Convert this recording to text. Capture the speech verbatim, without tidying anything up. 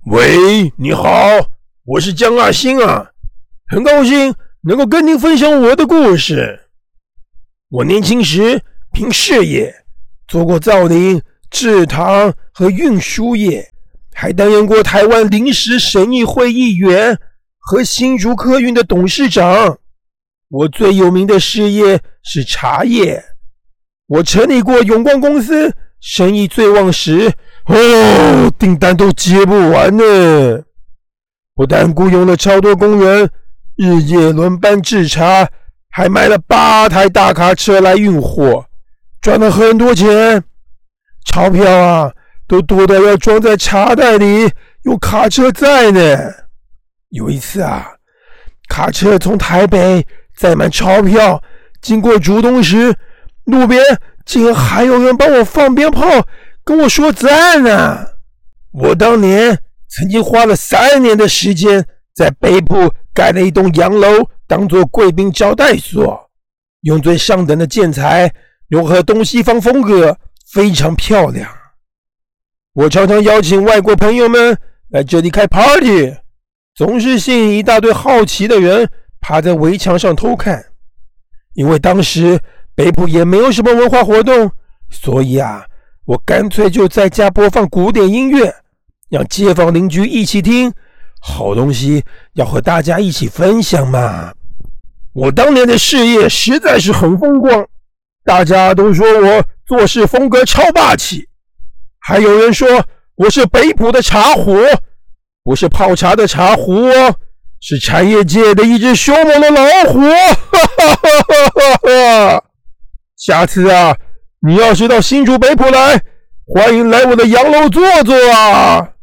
喂，你好，我是江阿星啊，很高兴能够跟您分享我的故事。我年轻时凭事业做过造林、制糖和运输业，还担任过台湾临时审议会议员和新竹客运的董事长。我最有名的事业是茶叶，我成立过永光公司，生意最旺时，哦，订单都接不完呢。不但雇佣了超多工人，日夜轮班制茶，还买了八台大卡车来运货，赚了很多钱。钞票啊，都多到要装在茶袋里，用卡车载呢。有一次啊，卡车从台北载满钞票，经过竹东时，路边竟然还有人帮我放鞭炮，跟我说赞啊！我当年曾经花了三年的时间，在北埔盖了一栋洋楼，当作贵宾招待所，用最上等的建材，融合东西方风格，非常漂亮。我常常邀请外国朋友们来这里开 party， 总是吸引一大堆好奇的人趴在围墙上偷看。因为当时北埔也没有什么文化活动，所以啊，我干脆就在家播放古典音乐，让街坊邻居一起听。好东西要和大家一起分享嘛。我当年的事业实在是很风光，大家都说我做事风格超霸气，还有人说我是北埔的茶壶，不是泡茶的茶壶哦，是产业界的一只凶猛的老虎。哈哈哈哈哈！下次啊，你要是到新竹北埔来，欢迎来我的洋楼坐坐啊。